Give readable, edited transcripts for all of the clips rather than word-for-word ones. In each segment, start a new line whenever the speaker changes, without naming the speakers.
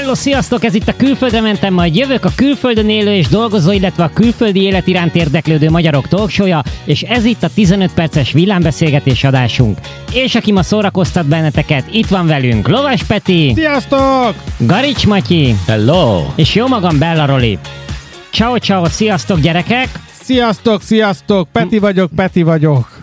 Hello, sziasztok! Ez itt a Külföldre mentem, majd jövök, a külföldön élő és dolgozó, illetve a külföldi élet iránt érdeklődő magyarok talkshow-ja, és ez itt a 15 perces villámbeszélgetés adásunk. És aki ma szórakoztat benneteket, itt van velünk Lovas Peti.
Sziasztok!
Garics Matyi.
Hello!
És jó magam, Bella Roli. Ciao, sziasztok gyerekek!
Sziasztok! Peti vagyok.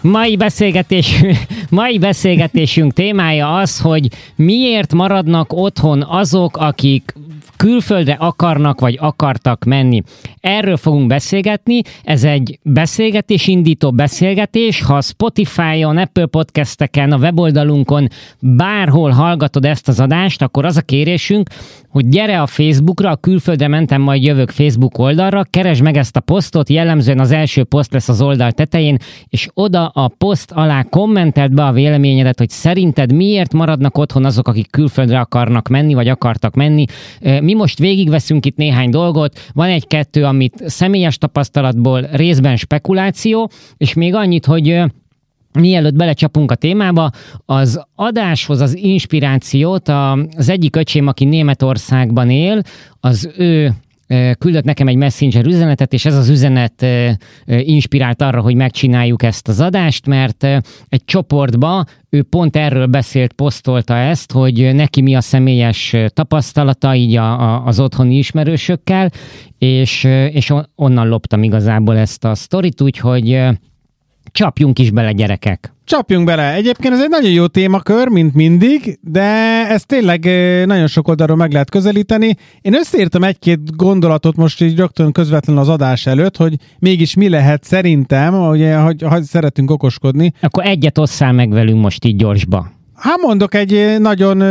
Mai beszélgetésünk témája az, hogy miért maradnak otthon azok, akik külföldre akarnak vagy akartak menni. Erről fogunk beszélgetni. Ez egy beszélgetésindító beszélgetés. Ha Spotify-on, Apple Podcasteken, a weboldalunkon bárhol hallgatod ezt az adást, akkor az a kérésünk, hogy gyere a Facebookra, a Külföldre mentem, majd jövök Facebook oldalra, keresd meg ezt a posztot, jellemzően az első poszt lesz az oldal tetején, és oda a poszt alá kommenteld be a véleményedet, hogy szerinted miért maradnak otthon azok, akik külföldre akarnak menni, vagy akartak menni. Mi most végigveszünk itt néhány dolgot, van egy-kettő, amit személyes tapasztalatból, részben spekuláció, és még annyit, hogy mielőtt belecsapunk a témába, az adáshoz az inspirációt az egyik öcsém, aki Németországban él, az ő küldött nekem egy messenger üzenetet, és ez az üzenet inspirált arra, hogy megcsináljuk ezt az adást, mert egy csoportba ő pont erről beszélt, posztolta ezt, hogy neki mi a személyes tapasztalata így az otthoni ismerősökkel, és onnan loptam igazából ezt a sztorit, úgyhogy csapjunk is bele, gyerekek!
Csapjunk bele! Egyébként ez egy nagyon jó témakör, mint mindig, de ezt tényleg nagyon sok oldalról meg lehet közelíteni. Én összeírtam egy-két gondolatot most így rögtön közvetlenül az adás előtt, hogy mégis mi lehet szerintem, ugye, hogy szeretünk okoskodni.
Akkor egyet osszál meg velünk most így gyorsba.
Hát mondok egy nagyon...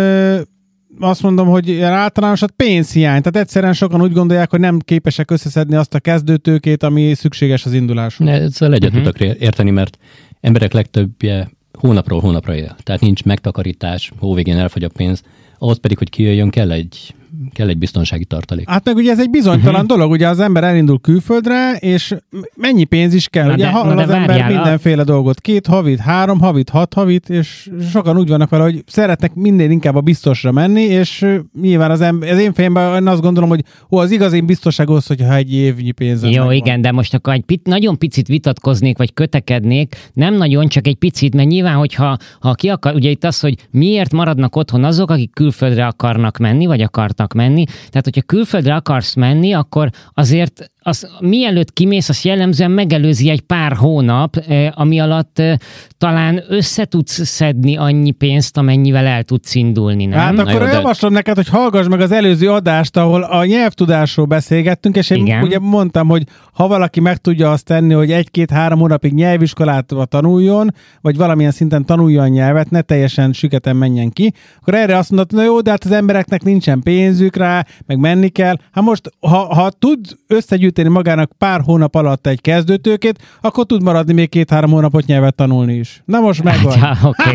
azt mondom, hogy általánosat pénzhiány. Tehát egyszerűen sokan úgy gondolják, hogy nem képesek összeszedni azt a kezdőtőkét, ami szükséges az induláshoz.
Ezzel egyet tudok érteni, mert emberek legtöbbje hónapról hónapra él. Tehát nincs megtakarítás, hóvégén elfogy a pénz. Ahhoz pedig, hogy kijöjjön, kell egy biztonsági tartalék.
Hát meg ugye ez egy bizonytalan dolog, ugye az ember elindul külföldre, és mennyi pénz is kell. Ugye hall az ember mindenféle dolgot. 2 havit, 3 havit, 6 havit, és sokan úgy vannak vele, hogy szeretnek minél inkább a biztosra menni, és nyilván az én fejemben azt gondolom, hogy az igazi biztonság az, hogyha egy évnyi pénzem
Jó,
megvan.
Igen, de most akkor nagyon picit vitatkoznék, vagy kötekednék, nem nagyon, csak egy picit, mert nyilván, hogyha ki akar, ugye itt az, hogy miért maradnak otthon azok, akik külföldre akarnak menni, vagy akartak menni. Tehát, hogyha külföldre akarsz menni, akkor azért mielőtt kimész, azt jellemzően megelőzi egy pár hónap, ami alatt talán össze tudsz szedni annyi pénzt, amennyivel el tudsz indulni, nem?
Hát akkor javaslom neked, hogy hallgass meg az előző adást, ahol a nyelvtudásról beszélgettünk, és én ugye mondtam, hogy ha valaki meg tudja azt tenni, hogy 1-2-3 hónapig nyelviskolát tanuljon, vagy valamilyen szinten tanuljon nyelvet, ne teljesen süketen menjen ki, akkor erre azt mondod, na jó, de hát az embereknek nincsen pénzük rá, meg menni kell. Hát most, ha tud összegyűjteni magának pár hónap alatt egy kezdőtőkét, akkor tud maradni még 2-3 hónapot nyelvet tanulni is. Na most megvan.
Ja, oké.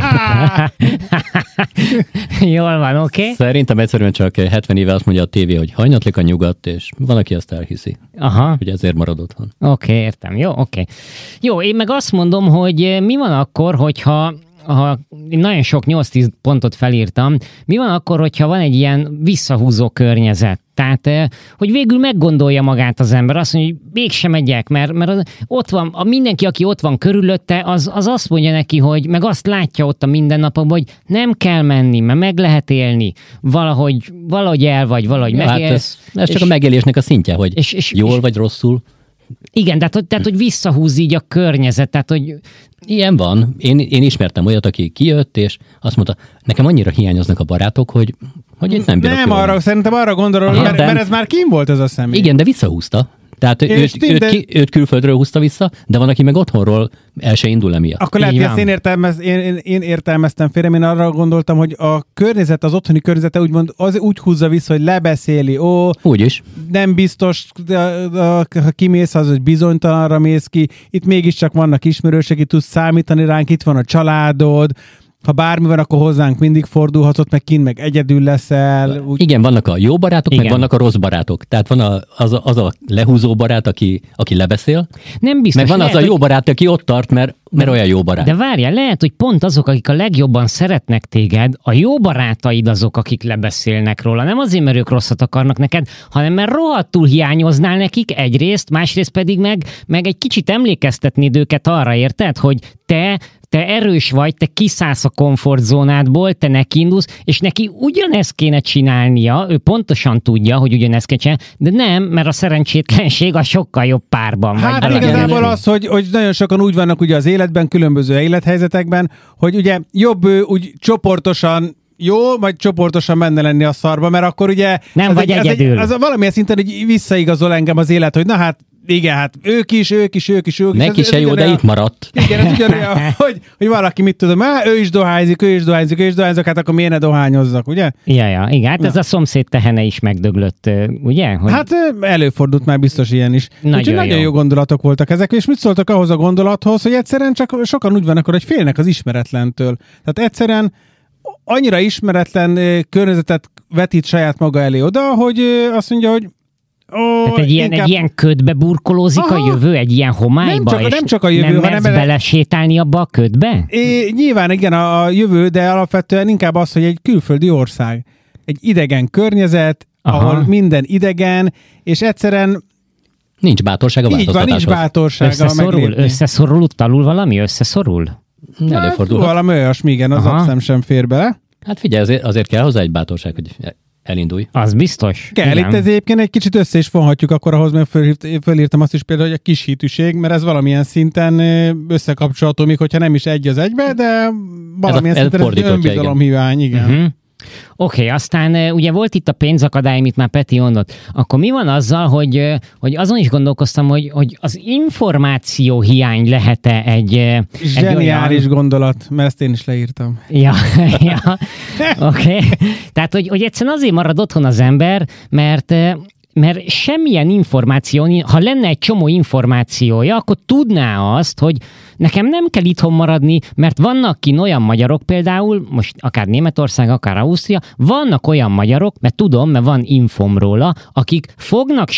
Jól van, oké.
Szerintem egyszerűen csak 70 éve azt mondja a tévé, hogy hanyatlik a nyugat, és van, aki azt elhiszi.
Aha.
Hogy ezért marad otthon.
Oké, értem. Jó, oké. Jó, én meg azt mondom, hogy mi van akkor, hogyha én nagyon sok 8-10 pontot felírtam, mi van akkor, hogyha van egy ilyen visszahúzó környezet? Tehát, hogy végül meggondolja magát az ember, azt mondja, hogy mégsem megyek, mert ott van, mindenki, aki ott van körülötte, az azt mondja neki, hogy meg azt látja ott a mindennapokban, hogy nem kell menni, mert meg lehet élni. Valahogy el vagy, valahogy megél.
Hát ez csak a megélésnek a szintje, hogy jól vagy rosszul.
Igen, tehát hogy visszahúz így a környezet, tehát hogy...
Ilyen van. Én ismertem olyat, aki kijött, és azt mondta, nekem annyira hiányoznak a barátok, hogy én nem bírok.
Nem, szerintem arra gondolom, mert ez már kim volt ez a személy.
Igen, de visszahúzta. Tehát őt külföldről húzta vissza, de van, aki meg otthonról el se indul emiatt.
Akkor lehet, hogy én értelmeztem félre, én arra gondoltam, hogy a környezet, az otthoni környezete az úgy húzza vissza, hogy lebeszéli,
úgyis.
Nem biztos, ha kimész, az, hogy bizonytalanra mész ki, itt mégiscsak vannak ismerősök, itt tudsz számítani ránk, itt van a családod, ha bármi van, akkor hozzánk mindig fordulhatod, meg kint meg egyedül leszel.
Igen, vannak a jó barátok, igen. Meg vannak a rossz barátok. Tehát van az a lehúzó barát, aki lebeszél,
nem biztos,
meg van az a jó barát, aki ott tart, mert mert olyan jó barát.
De várjál, lehet, hogy pont azok, akik a legjobban szeretnek téged, a jó barátaid azok, akik lebeszélnek róla. Nem azért, mert ők rosszat akarnak neked, hanem mert rohadtul hiányoznál nekik egyrészt, másrészt pedig meg egy kicsit emlékeztetnéd őket arra, érted, hogy te erős vagy, te kiszállsz a komfortzónádból, te nekiindulsz, és neki ugyanezt kéne csinálnia, ő pontosan tudja, hogy ugyanezt kell csinálni, de nem, mert a szerencsétlenség a sokkal jobb párban.
Hát igazából az, hogy nagyon sokan úgy vannak ugye az életben, különböző élethelyzetekben, hogy ugye jobb úgy csoportosan jó, vagy csoportosan menne lenni a szarba, mert akkor ugye...
Nem vagy egyedül.
Az valamilyen szinten hogy visszaigazol engem az élet, hogy na hát igen, hát ők is.
Neki se jó, de itt maradt.
Igen, ez ugyanolyan, hogy valaki mit tudom, ő is dohányzik, hát akkor miért ne dohányozzak, ugye?
Ja, igen, hát ez a szomszéd tehene is megdöglött, ugye? Hogy...
Hát előfordult már biztos ilyen is. Nagyon jó gondolatok voltak ezek, és mit szóltak ahhoz a gondolathoz, hogy egyszerűen csak sokan úgy vannak, hogy félnek az ismeretlentől. Tehát egyszerűen annyira ismeretlen környezetet vetít saját maga elé oda, hogy azt mondja, hogy
tehát egy ilyen ködbe burkolózik a jövő, egy ilyen homályba,
nem csak a jövő,
nem hanem belesétálni abba a ködbe?
Nyilván igen a jövő, de alapvetően inkább az, hogy egy külföldi ország. Egy idegen környezet, ahol minden idegen, és egyszerűen
nincs bátorság a változtatáshoz.
Nincs bátorsága
összeszorul talul valami? Összeszorul?
Előfordul.
Valami olyasmi, igen, az abszem sem fér bele.
Hát figyelj, azért kell hozzá egy bátorság, hogy elindulj.
Az biztos.
Kell, itt ez egyébként egy kicsit össze is vonhatjuk akkor ahhoz, mert fölírtam azt is például, hogy a kis hitűség, mert ez valamilyen szinten összekapcsolható, még hogyha nem is egy az egybe, de valamilyen szinten ez önbizalomhiány, igen.
Uh-huh. Oké, aztán ugye volt itt a pénzakadály, amit már Peti mondott. Akkor mi van azzal, hogy azon is gondolkoztam, hogy az információ hiány lehet-e egy
zseniális olyan... gondolat, mert ezt én is leírtam.
Ja, oké. Tehát, hogy egyszerűen azért marad otthon az ember, mert semmilyen információ, ha lenne egy csomó információja, akkor tudná azt, hogy nekem nem kell itthon maradni, mert vannak kint olyan magyarok például, most akár Németország, akár Ausztria, vannak olyan magyarok, mert tudom, mert van infom róla, akik fognak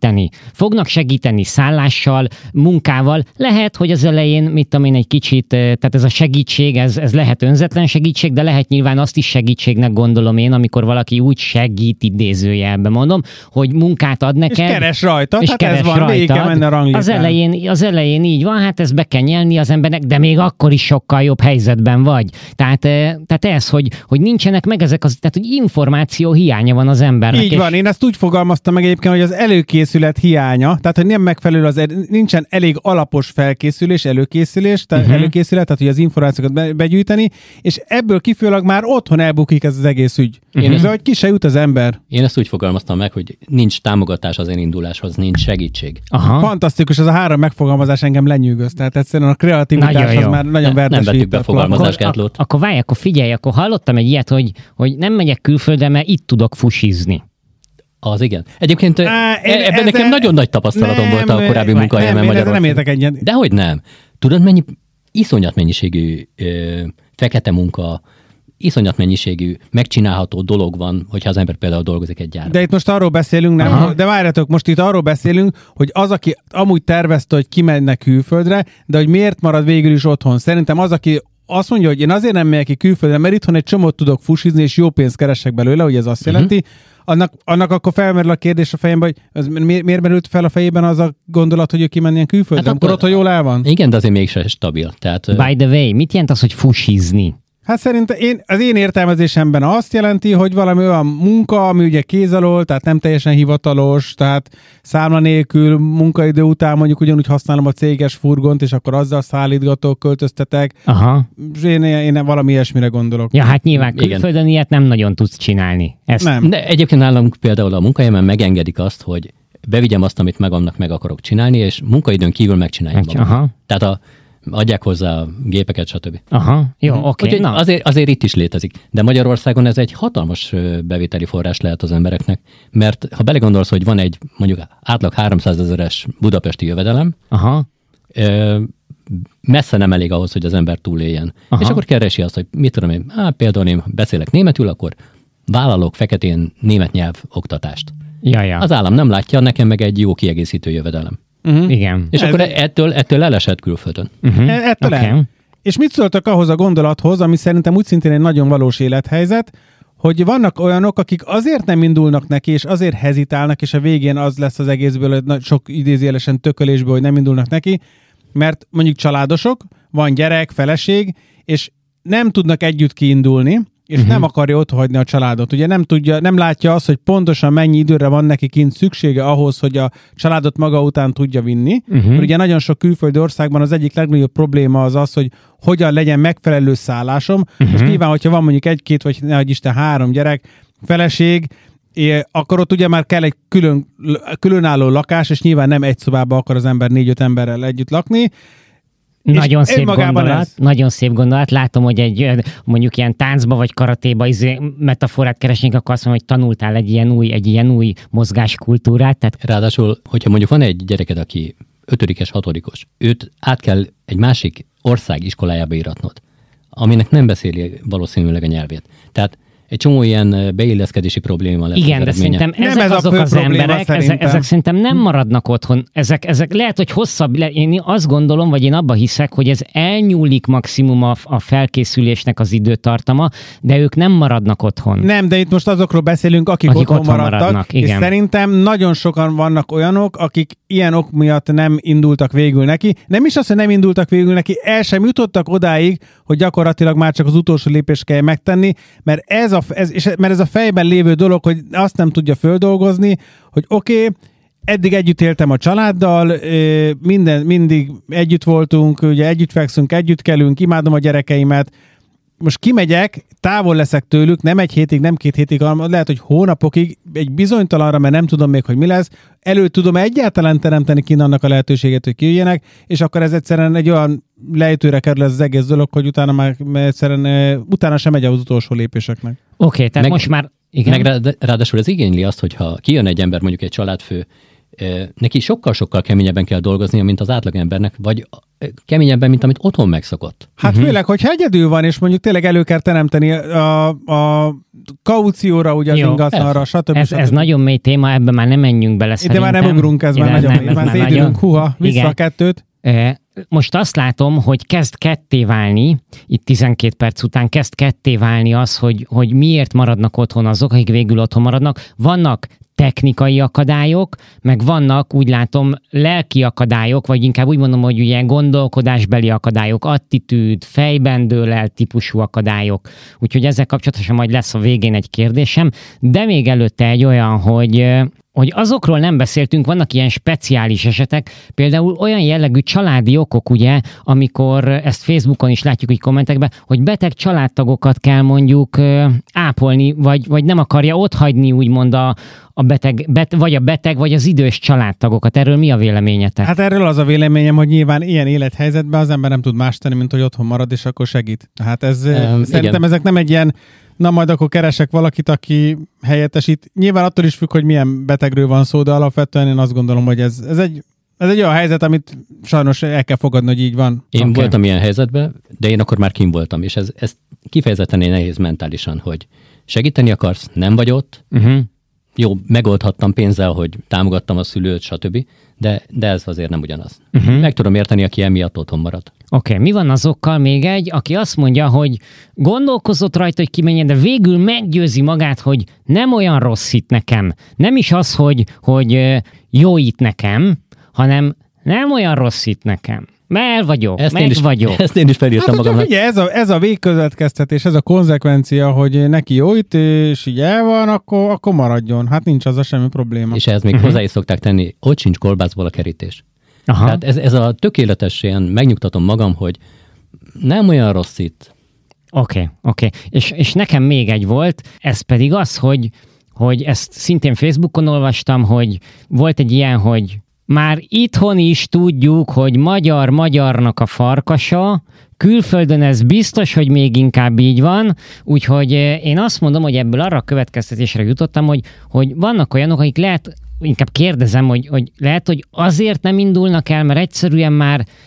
segíteni szállással, munkával. Lehet, hogy az elején, mit tudom én, egy kicsit, tehát ez a segítség, ez lehet önzetlen segítség, de lehet nyilván azt is segítségnek gondolom én, amikor valaki úgy segít, idézőjelben mondom, hogy munkát ad neked. És
keres rajta, tehát ez van, végig kell menni a ranglétrán.
Az elején így van, hát ezt be kell nyelni az embernek, de még akkor is sokkal jobb helyzetben vagy. Tehát ez, hogy nincsenek meg ezek tehát hogy információ hiánya van az embernek.
Így van, én ezt úgy fogalmaztam meg egyébként, hogy az előkészület hiánya, tehát hogy nem megfelelő, nincsen elég alapos felkészülés, előkészület, tehát hogy az információkat begyűjteni, és ebből kifolyólag már otthon elbukik ez az egész ügy. Hogy ki se jut az ember.
Én ezt úgy fogalmaztam meg, hogy nincs támogatás az elinduláshoz, nincs segítség.
Aha. Fantasztikus, ez a 3 megfogalmazás engem lenyűgöz. Tehát egyszerűen a kreativitás az már nagyon vertesített.
Nem vettük be a fogalmazásgátlót.
Akkor várj, akkor figyelj, akkor hallottam egy ilyet, hogy nem megyek külföldre, mert itt tudok fusizni.
Az igen. Egyébként ebben nekem nagyon nagy tapasztalatom volt a korábbi munkahelyemen Magyarországon.
Nem értek egyet.
Dehogy nem. Tudod, mennyi iszonyat mennyiségű fekete munka, iszonyat mennyiségű megcsinálható dolog van, hogyha az ember például dolgozik egy gyárban.
De itt most arról beszélünk, nem? Aha. De várjatok, most itt arról beszélünk, hogy az, aki amúgy tervezte, hogy kimennek külföldre, de hogy miért marad végül is otthon. Szerintem az, aki azt mondja, hogy én azért nem megyek ki külföldre, mert itthon egy csomót tudok fusizni, és jó pénzt keresek belőle, hogy ez azt jelenti, annak akkor felmerül a kérdés a fejemben, hogy miért merült fel a fejében az a gondolat, hogy ő kimenjen külföldre, hát amikor otthon jól el van?
Igen, de azért mégsem stabil. Tehát,
by the way, mit jelent az, hogy fusizni?
Hát szerintem az én értelmezésemben azt jelenti, hogy valami olyan munka, ami ugye kéz alól, tehát nem teljesen hivatalos, tehát számla nélkül munkaidő után mondjuk ugyanúgy használom a céges furgont, és akkor azzal szállítgatok, költöztetek. Aha. És én valami ilyesmire gondolok.
Ja, hát nyilván külföldön ilyet nem nagyon tudsz csinálni.
Nem. De egyébként nálam például a munkahelyemen megengedik azt, hogy bevigyem azt, amit magamnak meg akarok csinálni, és munkaidőn kívül megcsináljam magam. Tehát adják hozzá a gépeket, stb.
Aha, jó, oké.
Azért itt is létezik. De Magyarországon ez egy hatalmas bevételi forrás lehet az embereknek, mert ha belegondolsz, hogy van egy mondjuk átlag 300 000-es budapesti jövedelem, messze nem elég ahhoz, hogy az ember túléljen. Aha. És akkor keresi azt, hogy mit tudom én, például én beszélek németül, akkor vállalok feketén német nyelv oktatást.
Ja.
Az állam nem látja, nekem meg egy jó kiegészítő jövedelem.
Igen.
És akkor ettől elesett külföldön.
Ettől el. És mit szóltak ahhoz a gondolathoz, ami szerintem úgy szintén egy nagyon valós élethelyzet, hogy vannak olyanok, akik azért nem indulnak neki, és azért hezitálnak, és a végén az lesz az egészből, sok idézőjelesen tökölésből, hogy nem indulnak neki, mert mondjuk családosok, van gyerek, feleség, és nem tudnak együtt kiindulni, és nem akarja otthagyni a családot. Ugye nem látja azt, hogy pontosan mennyi időre van neki kint szüksége ahhoz, hogy a családot maga után tudja vinni. Mert ugye nagyon sok külföldi országban az egyik legnagyobb probléma az, hogy hogyan legyen megfelelő szállásom. Most nyilván, hogyha van mondjuk 1-2 vagy nehogy Isten 3 gyerek, feleség, akkor ott ugye már kell egy különálló lakás, és nyilván nem egy szobában akar az ember 4-5 emberrel együtt lakni.
Nagyon szép gondolat. Látom, hogy egy mondjuk ilyen táncba vagy karatéba metaforát keresnénk, akkor azt mondom, hogy tanultál egy ilyen új mozgáskultúrát. Tehát...
Ráadásul, hogyha mondjuk van egy gyereked, aki 5-es, 6-os, őt át kell egy másik ország iskolájába íratnod, aminek nem beszéli valószínűleg a nyelvét. Tehát egy csomó ilyen beilleszkedési probléma lesz.
Igen, de szerintem ezek azok az emberek, ezek szerintem nem maradnak otthon. Ezek lehet, hogy hosszabb, én azt gondolom, vagy én abba hiszek, hogy ez elnyúlik maximum a felkészülésnek az időtartama, de ők nem maradnak otthon.
Nem, de itt most azokról beszélünk, akik otthon maradtak, és szerintem nagyon sokan vannak olyanok, akik ilyen ok miatt nem indultak végül neki. Nem is az, hogy nem indultak végül neki, el sem jutottak odáig, hogy gyakorlatilag már csak az utolsó lépést kell megtenni, mert ez a fejben lévő dolog, hogy azt nem tudja földolgozni, hogy oké, eddig együtt éltem a családdal, mindig együtt voltunk, ugye együtt fekszünk, együtt kelünk, imádom a gyerekeimet, most kimegyek, távol leszek tőlük, nem 1 hétig, nem 2 hétig, hanem lehet, hogy hónapokig, egy bizonytalanra, mert nem tudom még, hogy mi lesz, tudom egyáltalán teremteni kint annak a lehetőséget, hogy kijöjjenek, és akkor ez egyszerűen egy olyan lejtőre kerül ez az egész dolog, hogy utána már egyszerűen utána sem megy az utolsó lépéseknek.
Oké, tehát most már... Igen.
Meg ráadásul ez igényli azt, hogyha kijön egy ember, mondjuk egy családfő, neki sokkal-sokkal keményebben kell dolgoznia, mint az átlagembernek, vagy keményebben, mint amit otthon megszokott.
Hát főleg, hogyha egyedül van, és mondjuk tényleg elő kell teremteni a kaucióra, ugye az ingatlanra, stb.
Ez nagyon mély téma, ebben már nem menjünk bele szerintem.
De már nem ugrunk, ez már nagyon, már szédülünk, vissza a 2-t.
Most azt látom, hogy kezd ketté válni, itt 12 perc után kezd ketté válni az, hogy miért maradnak otthon azok, akik végül otthon maradnak. Vannak technikai akadályok, meg vannak, úgy látom, lelki akadályok, vagy inkább úgy mondom, hogy ugye gondolkodásbeli akadályok, attitűd, fejben dől el típusú akadályok. Úgyhogy ezzel kapcsolatosan majd lesz a végén egy kérdésem, de még előtte egy olyan, hogy azokról nem beszéltünk, vannak ilyen speciális esetek, például olyan jellegű családi okok, ugye, amikor ezt Facebookon is látjuk, hogy kommentekben, hogy beteg családtagokat kell mondjuk ápolni, vagy nem akarja otthagyni úgymond a beteg, vagy az idős családtagokat. Erről mi a véleményetek?
Hát erről az a véleményem, hogy nyilván ilyen élethelyzetben az ember nem tud más tenni, mint hogy otthon marad, és akkor segít. Tehát szerintem ezek nem egy ilyen, na majd akkor keresek valakit, aki helyettesít. Nyilván attól is függ, hogy milyen betegről van szó, de alapvetően én azt gondolom, hogy ez egy olyan helyzet, amit sajnos el kell fogadni, hogy így van.
Én voltam ilyen helyzetben, de én akkor már kim voltam, és ez kifejezetten nehéz mentálisan, hogy segíteni akarsz, nem vagy ott, jó, megoldhattam pénzzel, hogy támogattam a szülőt, stb., de ez azért nem ugyanaz. Meg tudom érteni, aki emiatt otthon marad.
Oké, mi van azokkal még egy, aki azt mondja, hogy gondolkozott rajta, hogy kimenjen, de végül meggyőzi magát, hogy nem olyan rossz itt nekem. Nem is az, hogy jó itt nekem, hanem nem olyan rossz itt nekem. Mert vagyok, vagyok.
Ezt én is felírtam magamnak.
Ugye ez a végkövetkeztetés, ez a konzekvencia, hogy neki jó itt, és így el van, akkor maradjon. Hát nincs az a semmi probléma.
És ez még hozzá is szokták tenni, ott sincs kolbászból a kerítés. Aha. Tehát ez a tökéletes ilyen, megnyugtatom magam, hogy nem olyan rossz itt.
Oké. És nekem még egy volt, ez pedig az, hogy ezt szintén Facebookon olvastam, hogy volt egy ilyen, hogy már itthon is tudjuk, hogy magyarnak a farkasa, külföldön ez biztos, hogy még inkább így van, úgyhogy én azt mondom, hogy ebből arra a következtetésre jutottam, hogy vannak olyanok, akik inkább kérdezem, hogy lehet, hogy azért nem indulnak el, mert egyszerűen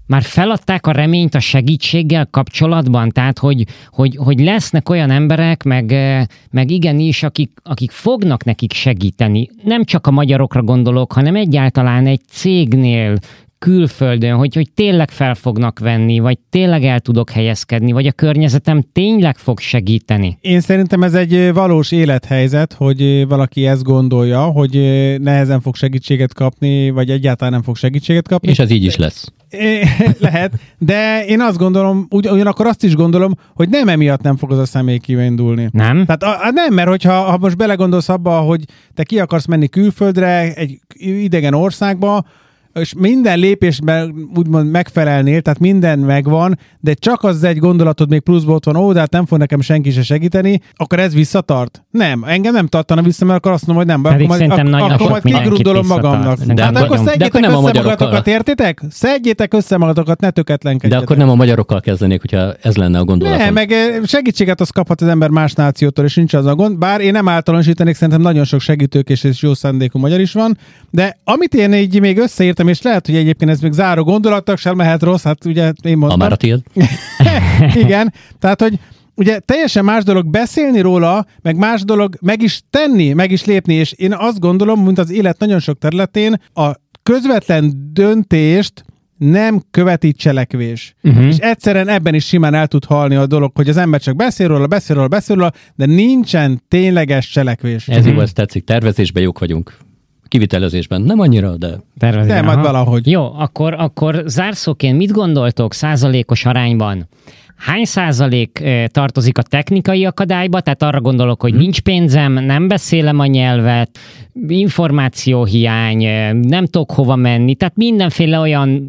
már feladták a reményt a segítséggel kapcsolatban? Tehát, hogy lesznek olyan emberek, meg igenis, akik fognak nekik segíteni. Nem csak a magyarokra gondolok, hanem egyáltalán egy cégnél, külföldön, hogy tényleg fel fognak venni, vagy tényleg el tudok helyezkedni, vagy a környezetem tényleg fog segíteni.
Én szerintem ez egy valós élethelyzet, hogy valaki ezt gondolja, hogy nehezen fog segítséget kapni, vagy egyáltalán nem fog segítséget kapni.
És ez így is lesz.
Lehet, de én azt gondolom, ugyanakkor azt is gondolom, hogy nem emiatt nem fog az a személy kiindulni.
Nem?
Tehát nem, mert hogyha most belegondolsz abba, hogy te ki akarsz menni külföldre, egy idegen országba, és minden lépésben úgymond megfelelnél, tehát minden megvan, de csak az egy gondolatod még pluszból ott van, de hát nem fog nekem senki se segíteni, akkor ez visszatart? Nem, engem nem tartana vissza, mert akkor azt mondom, hogy nem. Akkor majd kigrundolom magamnak.
De
akkor szedjétek össze magatokat, értitek? Szedjétek össze magatokat, ne töketlenkedjetek.
De akkor nem a magyarokkal kezdenék, hogyha ez lenne a gondolatom.
Nem, meg segítséget azt kaphat az ember más nációtól, és nincs az a gond. Bár én nem általánosítanék, szerintem nagyon sok segítőkés és jó szándékú magyar is van, de amit én így még összeírtam, és lehet, hogy egyébként ez még záró gondolatok sem mehet rossz, hát ugye én mondtam.
Ha már a tiéd.
Igen, tehát, hogy ugye teljesen más dolog beszélni róla, meg más dolog meg is tenni, meg is lépni, és én azt gondolom, mint az élet nagyon sok területén, a közvetlen döntést nem követi cselekvés. És egyszerűen ebben is simán el tud halni a dolog, hogy az ember csak beszél róla, de nincsen tényleges cselekvés.
Ez jó, ez tetszik. Tervezésben jók vagyunk. Kivitelezésben nem annyira, de...
Nem, majd valahogy.
Jó, akkor zárszóként mit gondoltok százalékos arányban? Hány százalék tartozik a technikai akadályba? Tehát arra gondolok, hogy nincs pénzem, nem beszélem a nyelvet, információhiány, nem tudok hova menni. Tehát mindenféle olyan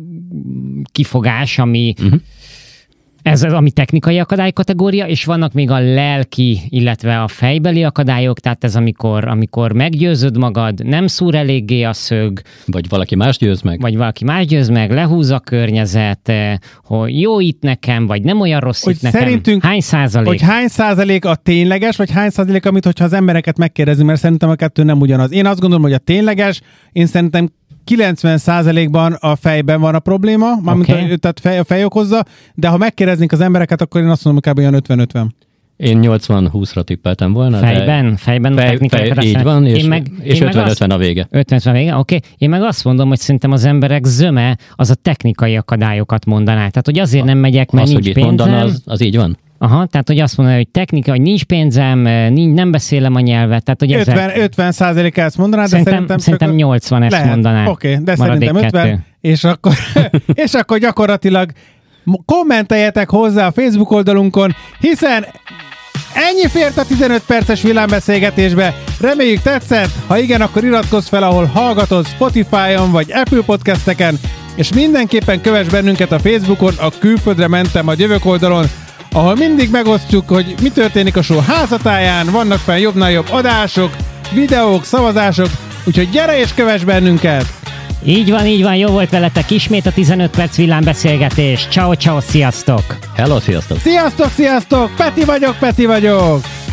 kifogás, ami... Ez az, ami technikai akadály kategória, és vannak még a lelki, illetve a fejbeli akadályok, tehát ez amikor meggyőzöd magad, nem szúr eléggé a szög.
Vagy valaki más győz meg.
Lehúz a környezet, hogy jó itt nekem, vagy nem olyan rossz
hogy
itt nekem.
Szerintünk,
hány százalék?
Hogy hány százalék a tényleges, vagy hány százalék, amit hogyha az embereket megkérdezi, mert szerintem a kettő nem ugyanaz. Én azt gondolom, hogy a tényleges, én szerintem 90%-ban a fejben van a probléma, tehát a fej okozza, de ha megkérdeznénk az embereket, akkor én azt mondom, hogy kb. olyan 50-50.
Én 80-20-ra tippeltem volna.
Fejben a technikai
így van, és 50-50 a vége.
50-50 a vége, oké. Én meg azt mondom, hogy szerintem az emberek zöme az a technikai akadályokat mondaná. Tehát, hogy azért nem megyek, mert nincs pénzem.
Mondana, az így van.
Aha, tehát, hogy azt mondja, hogy technika, hogy nincs pénzem, nem beszélem a nyelvet. Tehát, hogy
50% ezt mondaná, de
szerintem 80 ezt lehet, mondaná.
Oké, de szerintem 50, és akkor gyakorlatilag kommenteljetek hozzá a Facebook oldalunkon, hiszen ennyi fért a 15 perces villámbeszélgetésbe. Reméljük tetszett, ha igen, akkor iratkozz fel, ahol hallgatod, Spotify-on vagy Apple Podcasteken, és mindenképpen kövess bennünket a Facebookon, a Külföldre mentem, a jövök oldalon, ahol mindig megosztjuk, hogy mi történik a show házatáján, vannak fel jobbnál jobb adások, videók, szavazások, úgyhogy gyere és kövess bennünket!
Így van, jó volt veletek ismét a 15 perc villámbeszélgetés. Ciao, sziasztok!
Hello, sziasztok!
Sziasztok! Peti vagyok!